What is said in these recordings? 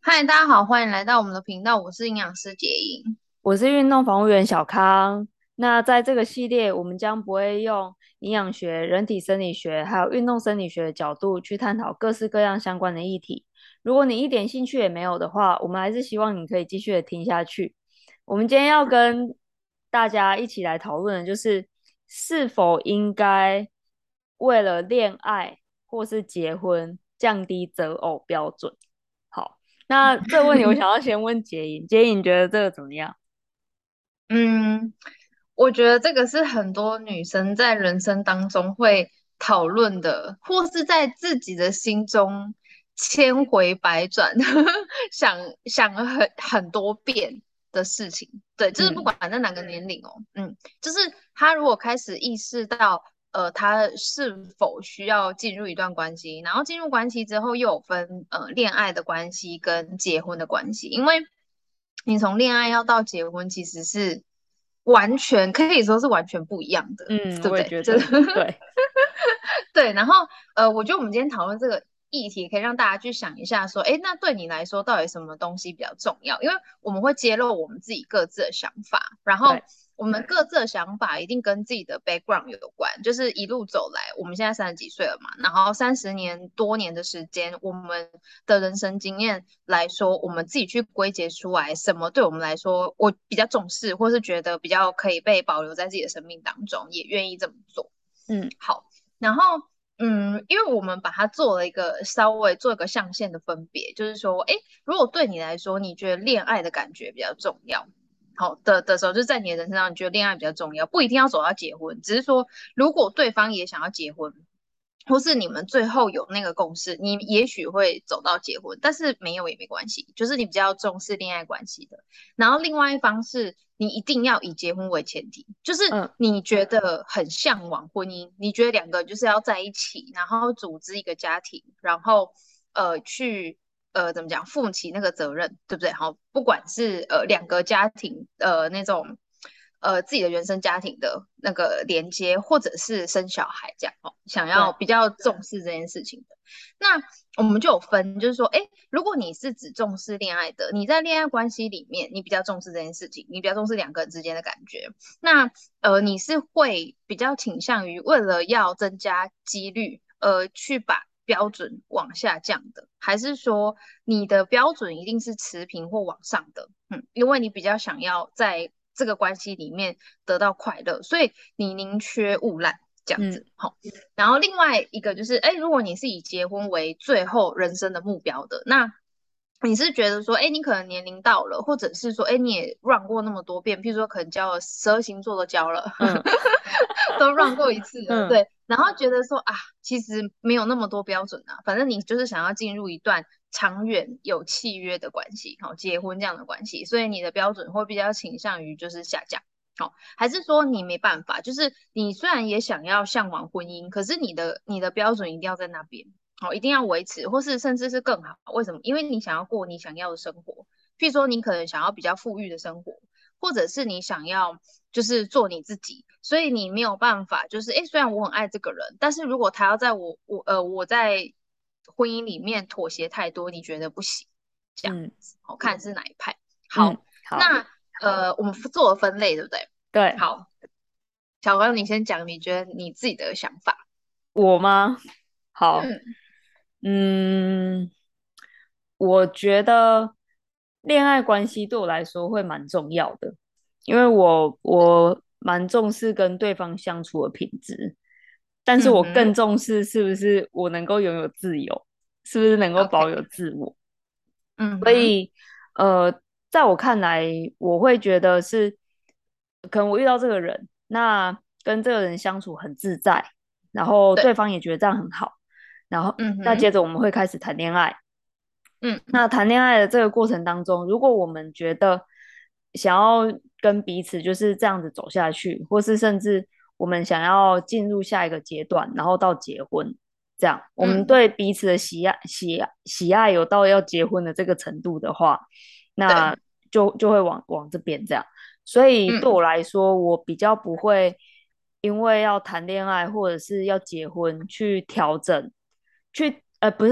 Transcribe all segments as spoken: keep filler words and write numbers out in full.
嗨，大家好，欢迎来到我们的频道，我是营养师杰英。 我是运动防护员小康。那在这个系列，我们将不会用营养学、人体生理学还有运动生理学的角度去探讨各式各样相关的议题。如果你一点兴趣也没有的话，我们还是希望你可以继续的听下去。我们今天要跟大家一起来讨论的就是，是否应该为了恋爱或是结婚降低择偶标准。好。那这个问题我想要先问杰颖，杰颖觉得这个怎么样？ 嗯，我觉得这个是很多女生在人生当中会讨论的，或是在自己的心中千回百转想想了很很多遍的事情。对，就是不嗯管在哪个年龄哦，嗯，就是他如果开始意识到，呃，他是否需要进入一段关系，然后进入关系之后又有分呃恋爱的关系跟结婚的关系，因为你从恋爱要到结婚，其实是完全可以说是完全不一样的， 嗯，我也对不对？就是觉得，对。 对，然后呃，我觉得我们今天讨论这个议题，可以让大家去想一下，说，哎，那对你来说，到底什么东西比较重要？因为我们会揭露我们自己各自的想法，然后对。 我们各自的想法一定跟自己的 background 有关，就是一路走来，我们现在三十几岁了嘛，然后三十年多年的时间，我们的人生经验来说，我们自己去归结出来，什么对我们来说，我比较重视，或是觉得比较可以被保留在自己的生命当中，也愿意这么做。 嗯好。然后，嗯，因为我们把它做了一个稍微做一个象限的分别，就是说，诶，如果对你来说，你觉得恋爱的感觉比较重要，好的的时候，就是在你的人生上，你觉得恋爱比较重要，不一定要走到结婚，只是说，如果对方也想要结婚，或是你们最后有那个共识，你也许会走到结婚，但是没有也没关系，就是你比较重视恋爱关系的。然后另外一方是你一定要以结婚为前提，就是嗯， 你觉得很向往婚姻，你觉得两个就是要在一起，然后组织一个家庭，然后呃去呃怎么讲负起那个责任，对不对？好，不管是呃两个家庭呃那种呃自己的原生家庭的那个连接，或者是生小孩这样哦，想要对。 比较重视这件事情的。那我们就有分，就是说，哎，如果你是只重视恋爱的，你在恋爱关系里面，你比较重视这件事情，你比较重视两个人之间的感觉，那呃，你是会比较倾向于为了要增加几率，呃，去把标准往下降的，还是说你的标准一定是持平或往上的？嗯，因为你比较想要在这个关系里面得到快乐，所以你宁缺毋滥这样嗯子。好。然后另外一个就是，哎，如果你是以结婚为最后人生的目标的，那你是觉得说，哎，你可能年龄到了，或者是说，哎，你也 run 过那么多遍，譬如说可能教了十二星座都教了， 嗯都 run 过一次了， 嗯对，然后觉得说啊，其实没有那么多标准啊，反正你就是想要进入一段长远有契约的关系，好，结婚这样的关系，所以你的标准会比较倾向于就是下降。好，还是说你没办法？就是你虽然也想要向往婚姻，可是你的你的标准一定要在那边，好，一定要维持，或是甚至是更好。为什么？因为你想要过你想要的生活，譬如说你可能想要比较富裕的生活，或者是你想要就是做你自己，所以你没有办法，就是诶，虽然我很爱这个人，但是如果他要在我我呃我在婚姻里面妥协太多，你觉得不行，这样嗯子，好看是哪一派？ 嗯， 好， 好。 那呃我们做了分类，对不对？ 对。 好，小朋友你先讲，你觉得你自己的想法？ 我吗？好。 嗯嗯，我觉得恋爱关系对我来说会蛮重要的，因为我我蛮重视跟对方相处的品质，但是我更嗯哼重视是不是我能够拥有自由，是不是能够保有 ，OK， 自我。 嗯哼， 呃，在我看来，我会觉得是，可能我遇到这个人，那跟这个人相处很自在，然后对对， 方也觉得这样很好，然后那接嗯哼， 着我们会开始谈恋爱。 嗯那谈恋爱的这个过程当中，如果我们觉得想要跟彼此就是这样子走下去，或是甚至我们想要进入下一个阶段，然后到结婚，这样我们嗯， 对彼此的喜爱喜喜爱有到要结婚的这个程度的话，那对， 就就会往往这边这样。所以对我嗯来说，我比较不会因为要谈恋爱或者是要结婚去调整，去呃不是说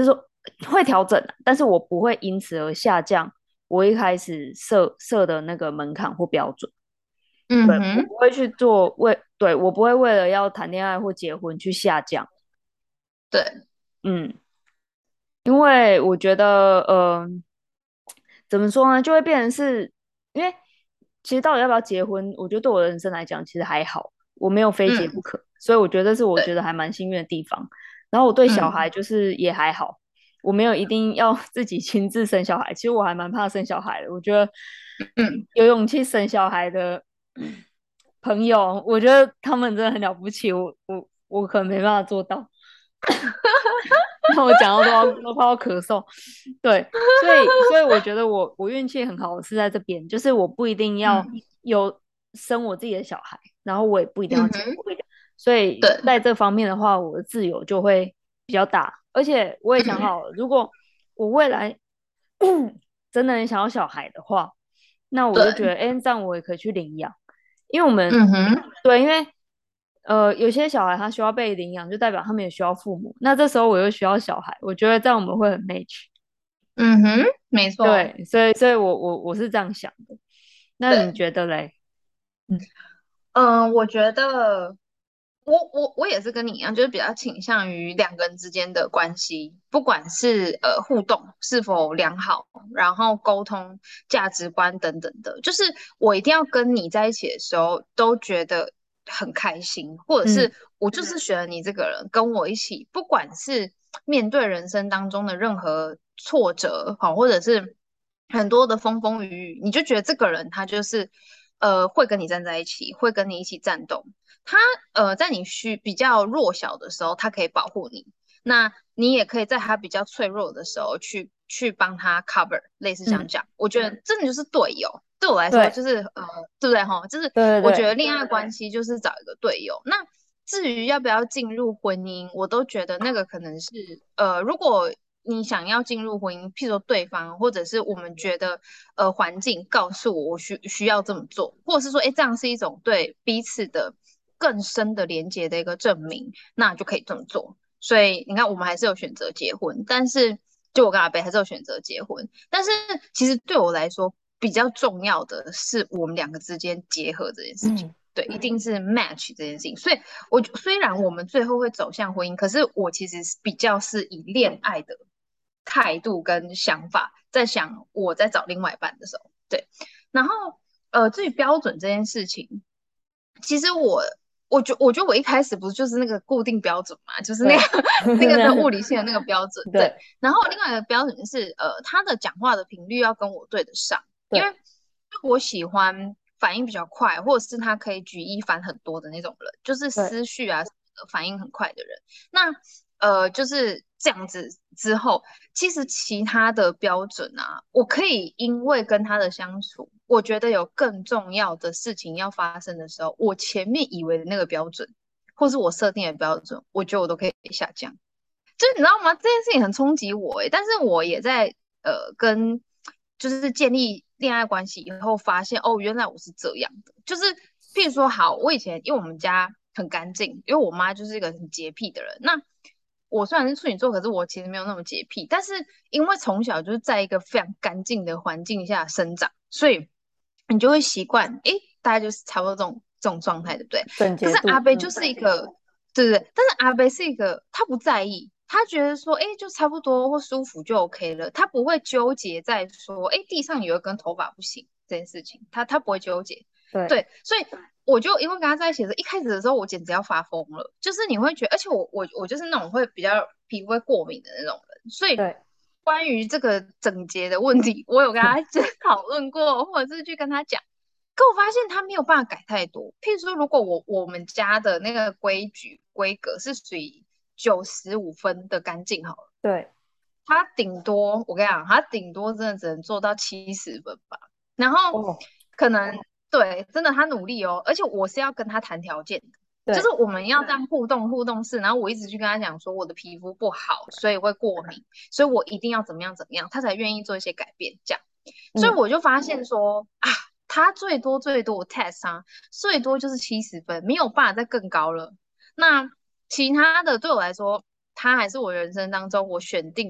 会调整啊，但是我不会因此而下降我一开始设设的那个门槛或标准。对，我嗯哼， 不会去做为，对，我不会为了要谈恋爱或结婚去下降。 对， 嗯，因为我觉得，呃，怎么说呢，就会变成是，因为其实到底要不要结婚，我觉得对我的人生来讲，其实还好，我没有非结不嗯， 可，所以我觉得是我觉对， 得还蛮幸运的地方。然后我对小孩嗯就是也还好，我没有一定要自己亲自生小孩，其实我还蛮怕生小孩的。我觉得嗯。 有勇气生小孩的朋友，我觉得他们真的很了不起，我我我可能没办法做到。那我讲到都要都快要咳嗽，对，所以所以我觉得我我运气很好，是在这边，就是我不一定要嗯有生我自己的小孩，然后我也不一定要嗯哼， 结婚，所以对， 在这方面的话，我的自由就会比较大，而且我也想嗯好了，如果我未来真的很想要小孩的话，那我就觉得， 对， 哎，这样我也可以去领养，因为我们嗯哼， 对，因为呃，有些小孩他需要被领养，就代表他们也需要父母。那这时候我又需要小孩，我觉得这样我们会很 match。 嗯哼，没错， 对，所以所以我我我是这样想的。那你对， 觉得嘞？嗯嗯，我觉得我我我也是跟你一样，就是比较倾向于两个人之间的关系，不管是呃互动是否良好，然后沟通、价值观等等的，就是我一定要跟你在一起的时候都觉得很开心，或者嗯是我就是选了你这个人，跟我一起，不管是面对人生当中的任何挫折，好，或者是很多的风风雨雨，你就觉得这个人他就是呃会跟你站在一起，会跟你一起战斗。他呃，在你需比较弱小的时候，他可以保护你。那你也可以在他比较脆弱的时候去去帮他 cover，类似这样嗯， 讲。我觉得真的就是队友，对我来说对就是呃，对不对哈？就是对对对， 我觉得恋爱关系就是找一个队友。那至于要不要进入婚姻，我都觉得那个可能是呃，如果你想要进入婚姻，譬如说对方，或者是我们觉得呃环境告诉我我需需要这么做，或者是说，哎，这样是一种对彼此的更深的连接的一个证明，那就可以这么做。所以你看，我们还是有选择结婚，但是就我跟阿贝还是有选择结婚，但是其实对我来说比较重要的是我们两个之间结合这件事情。 嗯对，一定是 match 这件事情。所以我虽然我们最后会走向婚姻，可是我其实比较是以恋爱的态度跟想法在想我在找另外一半的时候，对。然后呃，至于标准这件事情，其实我我觉我觉得我一开始不是就是那个固定标准嘛，就是那个对， 那个的物理性的那个标准，对。 对然后另外一个标准是呃，他的讲话的频率要跟我对得上，因对， 为我喜欢反应比较快，或者是他可以举一反很多的那种人，就是对， 思绪啊什么的反应很快的人。那呃就是这样子之后，其实其他的标准啊，我可以因为跟他的相处，我觉得有更重要的事情要发生的时候，我前面以为的那个标准，或是我设定的标准，我觉得我都可以下降。就你知道吗？这件事情很冲击我诶，但是我也在呃跟就是建立恋爱关系以后，发现哦，原来我是这样的。就是譬如说，好，我以前因为我们家很干净，因为我妈就是一个很洁癖的人。那我虽然是处女座，可是我其实没有那么洁癖。但是因为从小就是在一个非常干净的环境下生长，所以你就会习惯，诶，大概就是差不多这种这种状态，对不对？可是阿整洁度，嗯， 贝就是一个，对不对？但是阿贝是一个，他不在意，他觉得说，哎，就差不多或舒服就 OK 了，他不会纠结在说，哎，地上有一根头发不行这件事情，他他不会纠结。 对对，所以我就因为跟他在一起的时候，一开始的时候我简直要发疯了，就是你会觉得，而且我我我就是那种会比较皮肤会过敏的那种人，所以对， 关于这个整洁的问题，我有跟他讨论过，或者是去跟他讲。可我发现他没有办法改太多。譬如说，如果我我们家的那个规矩规格是属于九十五分的干净好了， 对， 他顶多我跟你讲，他顶多真的只能做到七十分吧。然后哦， 可能对，真的他努力哦，而且我是要跟他谈条件的，就是对， 我们要这样互动互动式，然后我一直去跟他讲说我的皮肤不好，所以会过敏，所以我一定要怎么样怎么样，他才愿意做一些改变，这样。所以嗯我就发现说啊，他最多最多我 test 啊，最多就是七十分，没有办法再更高了。那其他的对我来说，他还是我人生当中我选定的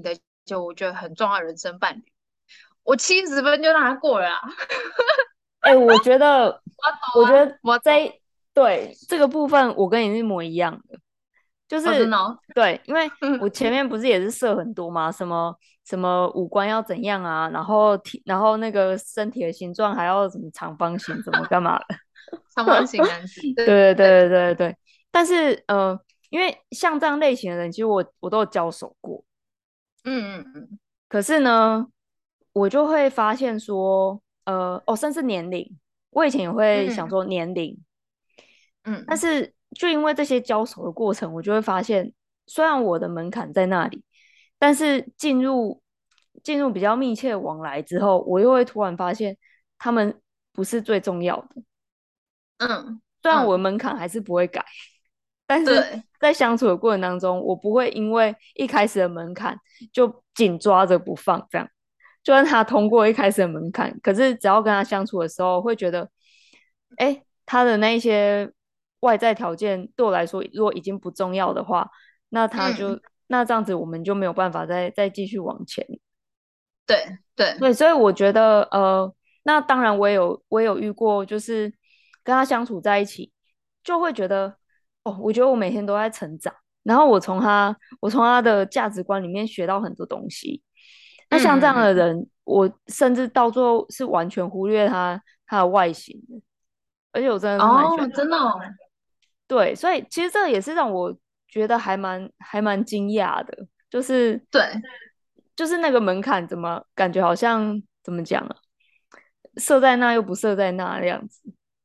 就我觉得很重要的人生伴侣，我七十分就让他过了啦。 哎，我觉得， 我懂啊， 我觉得我懂。 在对这个部分，我跟你是一模一样的，就哦，真是的哦。 对，因为嗯我前面不是也是设很多吗？什么什么五官要怎样啊，然后体，然后那个身体的形状还要什么长方形，怎么干嘛的？ 长方形男子，对对对对。 对对对。但是呃，因为像这样类型的人，其实我我都有交手过。 嗯嗯嗯可是呢，我就会发现说，呃，哦，甚至年龄，我以前也会想嗯说年龄，但嗯是就因为这些交手的过程，我就会发现，虽然我的门槛在那里，但是进入进入比较密切的往来之后，我又会突然发现，他们不是最重要的。 嗯虽然我的嗯， 门槛还是不会改，但是对在相处的过程当中，我不会因为一开始的门槛就紧抓着不放，这样。就算他通过一开始的门槛，可是只要跟他相处的时候，会觉得，哎，他的那一些外在条件对我来说，如果已经不重要的话，那他就嗯那这样子，我们就没有办法再再继续往前。 对对。 对，所以我觉得，呃，那当然我也有我也有遇过，就是跟他相处在一起，就会觉得，哦，我觉得我每天都在成长，然后我从他我从他的价值观里面学到很多东西。那像这样嗯嗯嗯。 的人，我甚至到最后是完全忽略他他的外形的，而且我真的是蛮喜欢。 哦，真的哦。 对，所以其实这也是让我觉得还蛮还蛮惊讶的，就是对。 就是那个门槛怎么感觉好像怎么讲啊，设在那又不设在那的样子，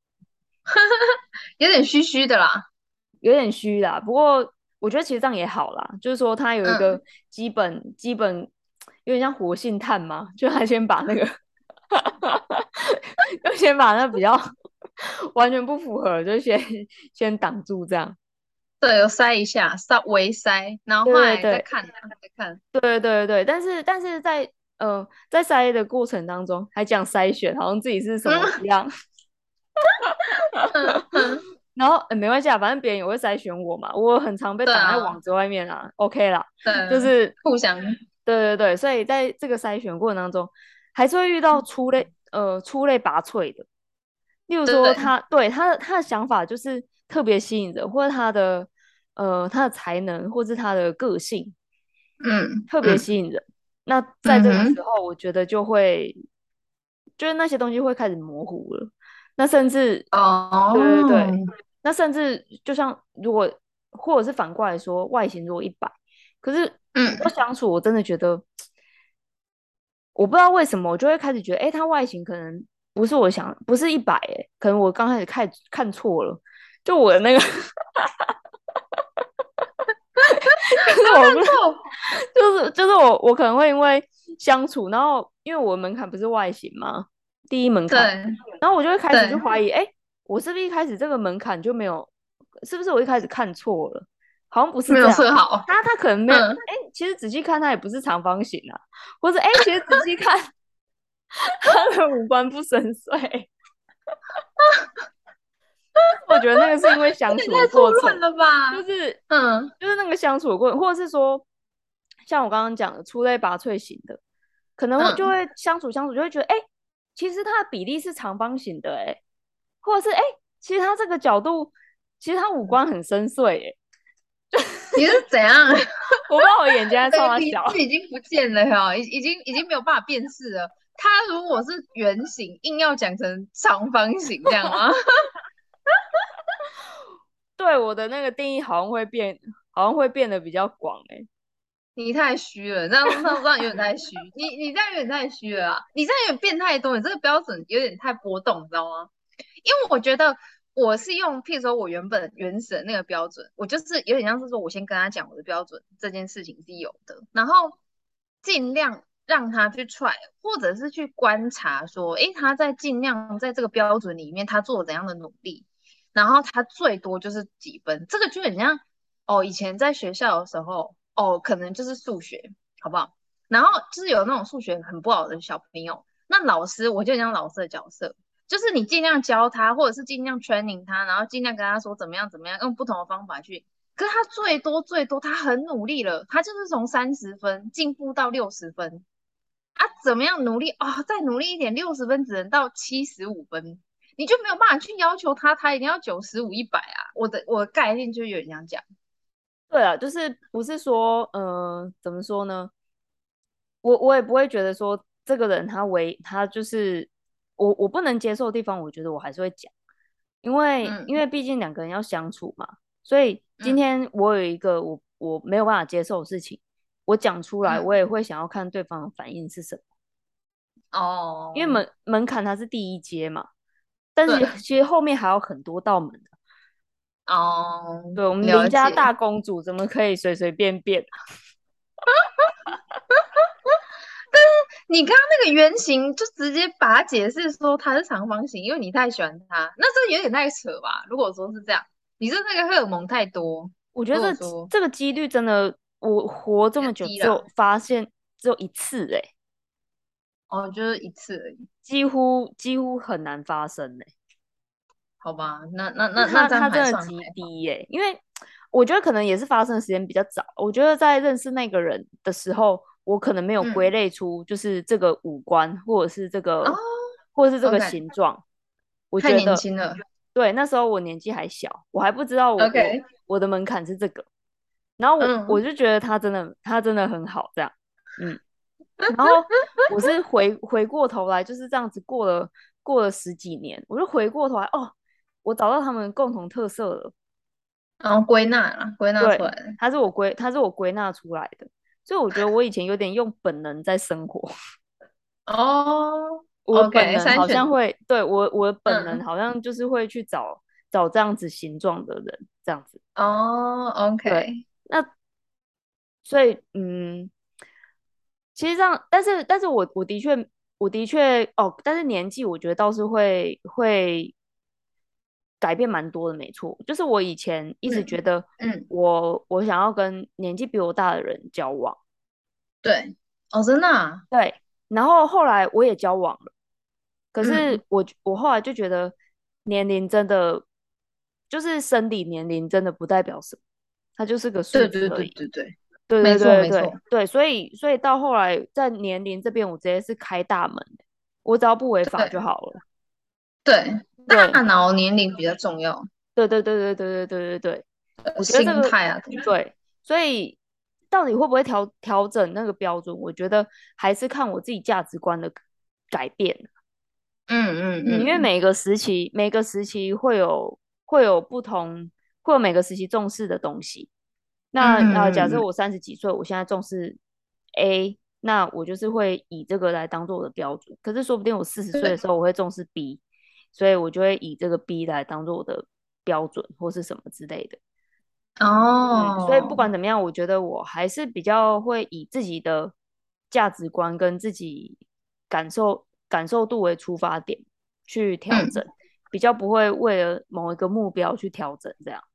有点虚虚的啦。 有点虚啦。不过我觉得其实这样也好啦，就是说他有一嗯。 个基本基本有点像活性炭嘛，就他先把那个就先把那比较完全不符合，就先先挡住这样。 对，有塞一下，稍微塞，然后后对对对来再看，再看。 对对对，但是但是在呃在筛的过程当中，还讲筛选，好像自己是什么一嗯样。 嗯嗯。 然后、呃、没关系啊，反正别人也会筛选我嘛，我很常被对啊。 挡在网子外面啊，OK 啦。 对， 就是互相。 对对对，所以在这个筛选过程当中，还是会遇到出类呃出类拔萃的。例如说对。 他对他的他的想法就是特别吸引人，或者他的呃他的才能，或是他的个性特别嗯嗯吸引人。那在这个时嗯哼。 候，我觉得就会就是那些东西会开始模糊了。那甚至对对哦。 对，那甚至就像如果或者是反过来说，外形如果一百，可是我跟嗯。 相处，我真的觉得我不知道为什么，我就会开始觉得，哎，他外形可能不是我想，不是一百，哎，可能我刚开始看看错了，就我的那个，就是他我不是， 看错。 就是就是我我可能会因为相处，然后因为我的门槛不是外形吗？第一门槛， 对然后我就会开始就对， 怀疑，哎，我是不是一开始这个门槛就没有，是不是我一开始看错了？好像不是没有这样， 设好。 他他可能没有， 嗯。 哎，其实仔细看他也不是长方形啊，或者哎，其实仔细看他的五官不深邃。我觉得那个是因为相处的这也太错过程， 乱了吧。 就是嗯就是那个相处的过程，或者是说，像我刚刚讲的出类拔萃型的，可能会就嗯。 会相处相处就会觉得，哎、其实它的比例是长方形的、哎，或者是哎、其实它这个角度，其实它五官很深邃、哎， 你是怎样？ 我不知道我眼睛在整个冲他小， 理智已经不见了哈，已已经已经没有办法辨识了。它如果是圆形，硬要讲成长方形这样吗？ 对我的那个定义好像会变，好像会变得比较广、哎， 你太虚了，这样那这样有点太虚。你你这样有点太虚了啊，你这样有点变太多，你这个标准有点太波动，你知道吗？因为我觉得我是用，譬如说我原本原始的那个标准，我就是有点像是说我先跟他讲我的标准，这件事情是有的，然后尽量让他去 try，或者是去观察说，诶，他在尽量在这个标准里面他做了怎样的努力，然后他最多就是几分，这个就很像哦，以前在学校的时候，哦，可能就是数学，好不好？然后就是有那种数学很不好的小朋友，那老师我就像老师的角色。就是你尽量教他，或者是尽量 training 他，然后尽量跟他说怎么样怎么样，用不同的方法去可是他最多最多，他很努力了，他就是从三十分进步到六十分啊，怎么样努力啊、哦？再努力一点，六十分只能到七十五分，你就没有办法去要求他，他一定要九十五、一百啊。我的我的概念就有点这样讲。 对啊，就是不是说，呃，怎么说呢？我我也不会觉得说这个人他为他就是我我不能接受的地方，我觉得我还是会讲，因为因嗯为毕竟两个人要相处嘛，所以今嗯天我有一个我我没有办法接受的事情，我讲出来，我嗯， 也会想要看对方的反应是什么，因为哦， 门门槛它是第一阶嘛，但是对， 其实后面还有很多道门的。 哦， 对，我们邻家了解。 大公主怎么可以随随便便？ 你刚刚那个圆形就直接把它解释说它是长方形，因为你太喜欢它，那这有点太扯吧？如果说是这样，你是那个荷尔蒙太多。如我觉得这果说这个几率真的，我活这比较么久低啦， 只有发现只有一次、欸，哎， 哦，就是一次而已， 几乎几乎很难发生、欸， 好吧？那那就那那这样他他真还的极算还好。 低耶、因为我觉得可能也是发生的时间比较早。我觉得在认识那个人的时候，我可能没有归嗯， 类出就是这个五官，或者是这哦个，或者是这个 ，OK， 形状。我太觉得， 年轻了对，那时候我年纪还小，我还不知道我我 ，OK， 我的门槛是这个。然后我我嗯， 就觉得他真的他真的很好，这样，嗯。然后我是回回过头来就是这样子过了过了十几年，我就回过头来，哦，我找到他们共同特色了。 然后归纳了，归纳出来对， 了。 它是我归，它是我归纳出来的，所以我觉得我以前有点用本能在生活， 哦我的本 ，OK， 能好筛选， 像会，对，我我的本能嗯， 好像就是会去找找这样子形状的人，这样子， 哦对， ，OK， 那所以嗯，其实这样，但是但是我我的确我的确哦，但是年纪我觉得倒是会会改变蛮多的，没错，就是我以前一直觉嗯得嗯， 我我想要跟年纪比我大的人交往。 对，哦，真的啊， 对，然后后来我也交往了，可嗯， 是我我后来就觉得年龄真的就是生理年龄真的不代表什么，它就是个数对对字而已。 对对对， 对对没错没错， 对对对，所以所以到后来在年龄这边，我直接是开大门的，我只要不违法就对好了。 对，大对脑年龄比较重要， 对对对对对对对对对， 呃我觉得这个心态啊，等等， 对，所以到底会不会调调整那个标准，我觉得还是看我自己价值观的改变。 嗯嗯嗯，因为嗯每个时期，每个时期会有会有不同，会有每个时期重视的东西。 嗯那呃，假嗯嗯， 设我三十几岁，我现在重视 A，那我就是会以这个来当做我的标准。可是说不定我四十岁的对， 时候，我会重视 B，所以我就会以这个 B 来当做我的标准或是什么之类的。嗯，所以不哦， 管怎么样，我觉得我还是比较会以自己的价值观跟自己感受感受度为出发点去调整， 嗯比较不会为了某一个目标去调整这样。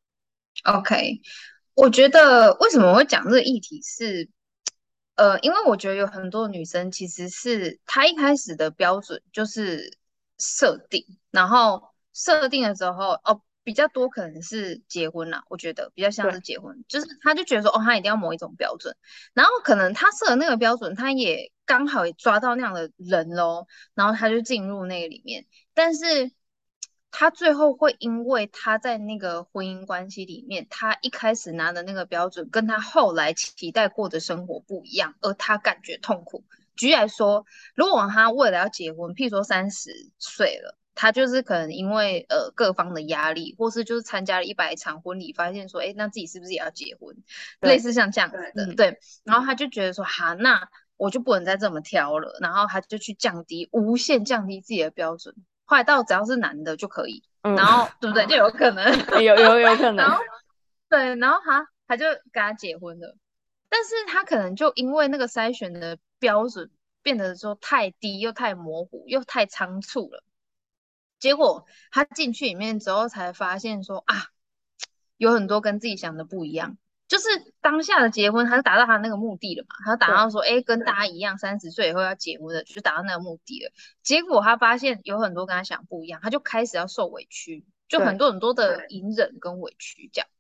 ，OK，我觉得为什么我会讲这个议题是，呃，因为我觉得有很多女生其实是她一开始的标准就是设定，然后设定了之后，哦，比较多可能是结婚啦，我觉得比较像是对结婚，就是她就觉得说，哦，她一定要某一种标准，然后可能她设的那个标准，她也刚好也抓到那样的人咯，然后她就进入那个里面。但是他最后会因为他在那个婚姻关系里面，他一开始拿的那个标准跟他后来期待过的生活不一样，而他感觉痛苦。举例来说，如果他为了要结婚，譬如说三十岁了，他就是可能因为呃各方的压力，或是就是参加了一百场婚礼，发现说，哎，那自己是不是也要结婚？类对， 似像这样子的， 嗯对。然后他就觉得说，哈，那我就不能再这么挑了，然后他就去降低，无限降低自己的标准。坏到只要是男的就可以， 嗯， 然后对不对？就有可能， 有有有可能， 然后对，然后他他就跟他结婚了，但是他可能就因为那个筛选的标准变得说太低，又太模糊，又太仓促了，结果他进去里面之后才发现说啊，有很多跟自己想的不一样。就是当下的结婚，他是达到他那个目的了嘛？他达对到说，哎，跟大家一样，三十岁以后要结婚的，就达到那个目的了。结果他发现有很多跟他想不一样，他就开始要受委屈，就很对， 多很多的隐忍跟委屈这样。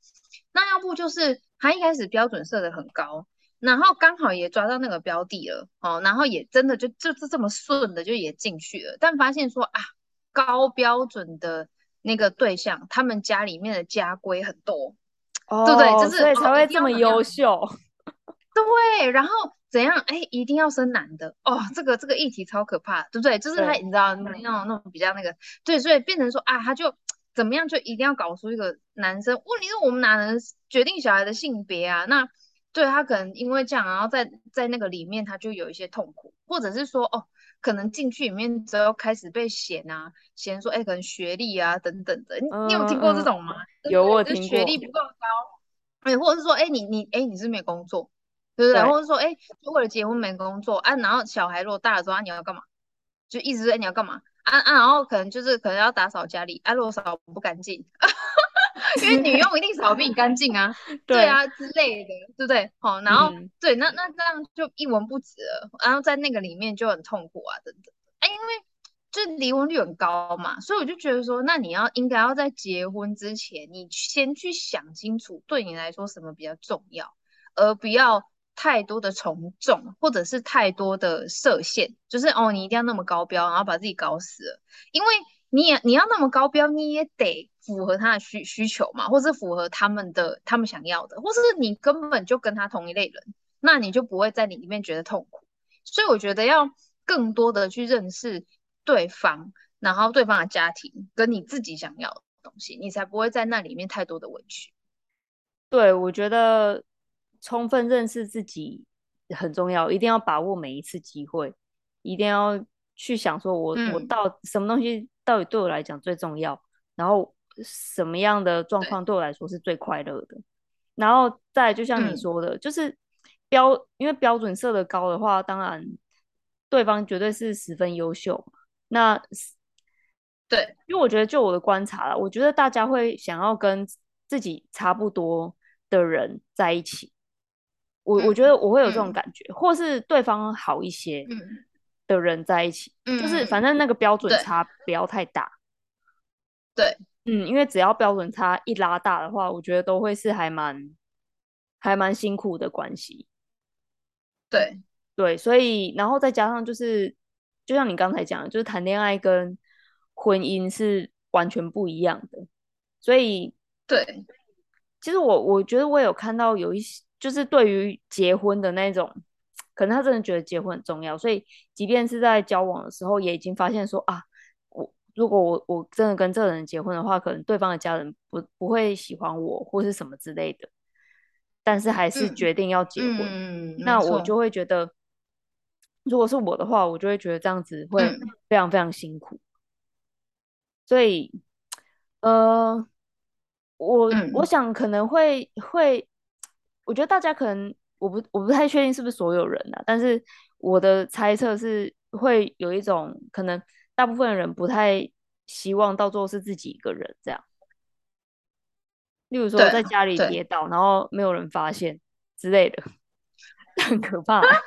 那要不就是他一开始标准设的很高，然后刚好也抓到那个标的了，哦，然后也真的就就是这么顺的就也进去了，但发现说啊，高标准的那个对象，他们家里面的家规很多，对不对？就哦， 是哦， 所以才会一定这么优要怎么样， 秀。 对，然后怎样？哎，一定要生男的哦，这个这个议题超可怕，对不对？就是他， 对， 你知道那种那种比较那个，对，所以变成说啊，他就怎么样，就一定要搞出一个男生。问题是我们哪能决定小孩的性别啊？那对他可能因为这样，然后在在那个里面他就有一些痛苦，或者是说哦，可能进去里面之后开始被嫌啊，嫌说哎，可能学历啊等等的，你你有听过这嗯嗯， 种吗？对不有我有对？就是听过。 学历不够高，哎，或者是说哎，你你哎，你是没工作。对不对？ 对， 或者说，哎，就为了结婚没工作啊，然后小孩如果大了之后，啊、你要干嘛？就一直说，哎，你要干嘛？啊啊，然后可能就是可能要打扫家里，啊，如果扫不干净，因为女佣一定扫比你干净啊，对对， 啊之类的，对不对？好，然后嗯， 对，那那这样就一文不值了，然后在那个里面就很痛苦啊，等等。哎，因为就离婚率很高嘛，所以我就觉得说，那你要应该要在结婚之前，你先去想清楚，对你来说什么比较重要。而不要太多的从众，或者是太多的设限，就是哦，你一定要那么高标，然后把自己搞死了。因为你也你要那么高标，你也得符合他的需需求嘛，或是符合他们的他们想要的，或是你根本就跟他同一类人，那你就不会在你里面觉得痛苦。所以我觉得要更多的去认识对方，然后对方的家庭跟你自己想要的东西，你才不会在那里面太多的委屈。 对，我觉得充分认识自己很重要，一定要把握每一次机会，一定要去想说我我嗯， 到什么东西到底对我来讲最重要，然后什么样的状对， 况对我来说是最快乐的，然后再来就像你嗯， 说的，就是标，因为标准设的高的话，当然对方绝对是十分优秀嘛。那对。 因为我觉得，就我的观察啦，我觉得大家会想要跟自己差不多的人在一起。我我觉嗯得我会有这种嗯感觉，或是对方好一些嗯的人在一起，就是反嗯正那个标嗯，对准差不要太大。 对嗯，因为只要标准差一拉大的话，我觉得都会是还蛮还蛮辛苦的关系。 对， 对，所以然后再加上就是，就像你刚才讲的，就是谈恋爱跟婚姻是完全不一样的。所以对， 其实我我觉得我有看到有一些，就是对于结婚的那种，可能他真的觉得结婚很重要，所以即便是在交往的时候，也已经发现说啊，我如果我我真的跟这个人结婚的话，可能对方的家人不不会喜欢我或是什么之类的，但是还是嗯决定要结婚。 嗯，没错， 那我就会觉得，如果是我的话，我就会觉得这样子会嗯非常非常辛苦。所以，呃，我我嗯， 想可能会会，我觉得大家可能我不我不太确定是不是所有人啊，但是我的猜测是会有一种可能，大部分人不太希望到最后是自己一个人这样。例如对啊， 说在家里跌对倒，然后没有人发现之类的，很可怕欸。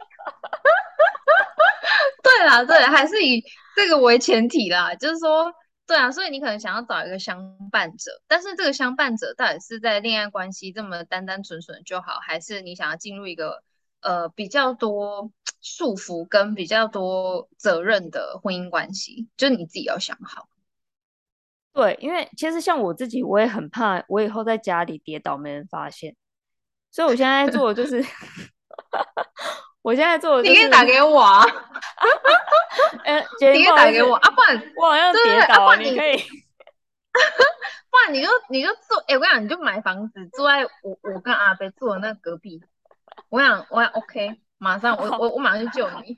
对啦，对，还是以这个为前提啦，就是说，对啊，所以你可能想要找一个相伴者，但是这个相伴者到底是在恋爱关系这么单单纯纯的就好，还是你想要进入一个呃比较多束缚跟比较多责任的婚姻关系，就是你自己要想好。 对，因为其实像我自己，我也很怕我以后在家里跌倒没人发现，所以我现在做的就是，我现在做的就是， 你可以打给我啊， 呃，杰林， 你可不好意思， 以打给我啊，不然，对我好像对对啊， 跌倒了， 不然你你可以。 不然你就你就住，哎、欸我跟你讲，你就买房子住在我我跟阿贝住的那隔壁。我想我想 OK，马上我好， 我我马上去救你。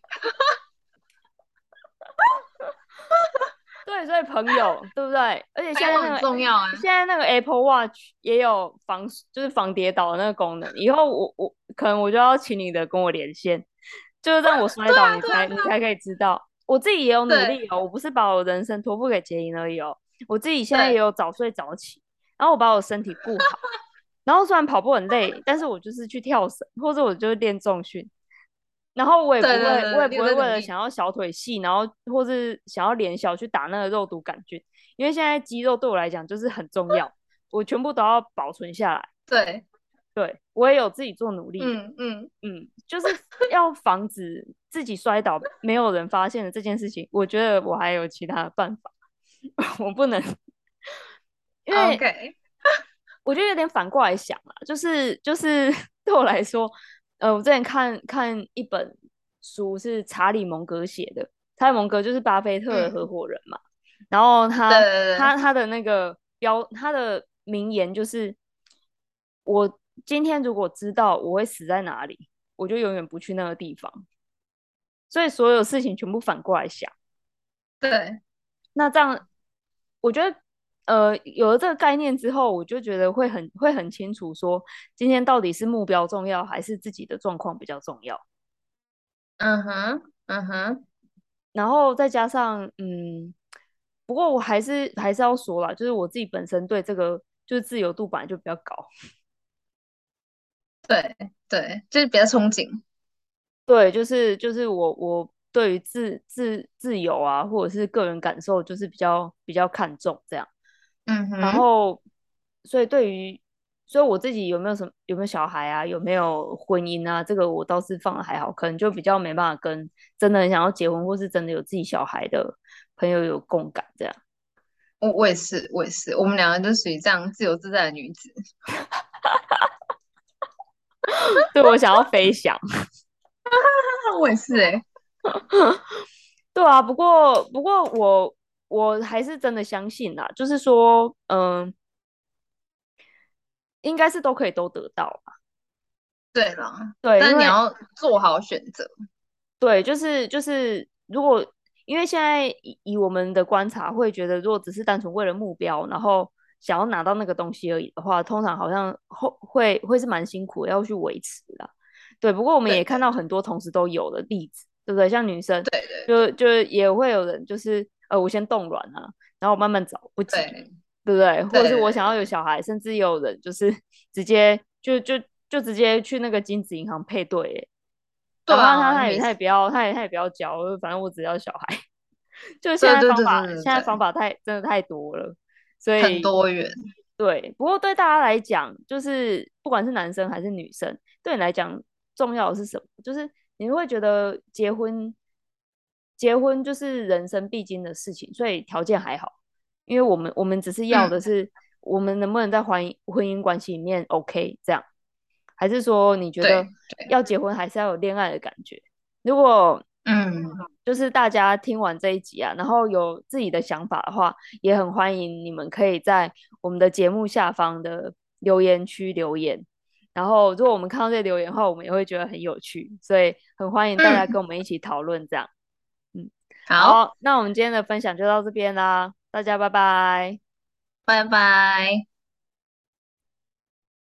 对，所以朋友，对不对？而且现朋友很在那个重要啊。 现在那个 Apple Watch 也有防，就是防跌倒的那个功能。以后我我可能我就要请你的跟我连线，就是让我摔倒， 对啊， 你对啊， 才你才可以知道。我自己也有努对力哦，我不是把我人生托付给杰英而已哦。我自己现在也对有早睡早起，然后我把我身体顾好。然后虽然跑步很累，但是我就是去跳绳，或者我就是练重训。然后我也不会，我对对对，你有也不会为在努力。 了想要小腿细，然后或是想要脸小去打那个肉毒杆菌，因为现在肌肉对我来讲就是很重要，我全部都要保存下来。 对， 对，我也有自己做努力的。 嗯嗯嗯，就是要防止自己摔倒，没有人发现的这件事情，我觉得我还有其他的办法，我不能，因为 ，OK， 我觉得有点反过来想啦，就是就是对我来说，呃，我之前看看一本书是查理蒙格写的，查理蒙格就是巴菲特的合嗯， 伙人嘛，然后对他对对， 他他的那个标，他的名言就是，我今天如果知道我会死在哪里，我就永远不去那个地方，所以所有事情全部反过来想。 对， 那这样，我觉得，呃，有了这个概念之后，我就觉得会很会很清楚说，今天到底是目标重要，还是自己的状况比较重要。 嗯哼，嗯哼， 然后再加上，嗯，不过我还是还是要说啦，就是我自己本身对这个就是自由度本来就比较高。 对对，就是比较憧憬。 对，就是就是我我对于自自自由啊，或者是个人感受，就是比较比较看重这样。然嗯哼， 后，所以对于，所以我自己有没有什么有没有小孩啊，有没有婚姻啊，这个我倒是放的还好，可能就比较没办法跟真的很想要结婚或是真的有自己小孩的朋友有共感这样。 我我也是，我也是，我们两个就属于这样自由自在的女子。 对，我想要飞翔。 我也是哎、 对啊，不过不过我我还是真的相信啦，就是说，嗯，应该是都可以都得到吧。 对啦， 对，因为但是你要做好选择。 对，就是就是，如果因为现在以以我们的观察，会觉得如果只是单纯为了目标，然后想要拿到那个东西而已的话，通常好像会会会是蛮辛苦的，要去维持的。对，不过我们也看到对对很多同时都有的例子，对不对？像女生对对就就也会有人就是呃，我先冻卵啊，然后我慢慢找，不急， 对对不对？或者是我想要对对有小孩，甚至也有人就是直接就就就直接去那个精子银行配对欸，然后他他对啊， 他也每次他也不要，他也他也不要教，反正我只要小孩。就是现对对对在方法， 对对对， 现在方法太真的太多了，所很以多元。 对。不过对大家来讲，就是不管是男生还是女生，对你来讲重要的是什么？就是你会觉得结婚，结婚就是人生必经的事情，所以条件还好，因为我们我们只是要的嗯， 是我们能不能在婚姻婚姻关系里面 OK 这样，还是说你觉得对对， 要结婚还是要有恋爱的感觉？如果嗯就是大家听完这一集啊，然后有自己的想法的话，也很欢迎你们可以在我们的节目下方的留言区留言。然后，如果我们看到这些留言后，我们也会觉得很有趣，所以很欢迎大家跟嗯， 我们一起讨论这样。嗯， 好， 好，那我们今天的分享就到这边啦，大家拜拜。 拜拜。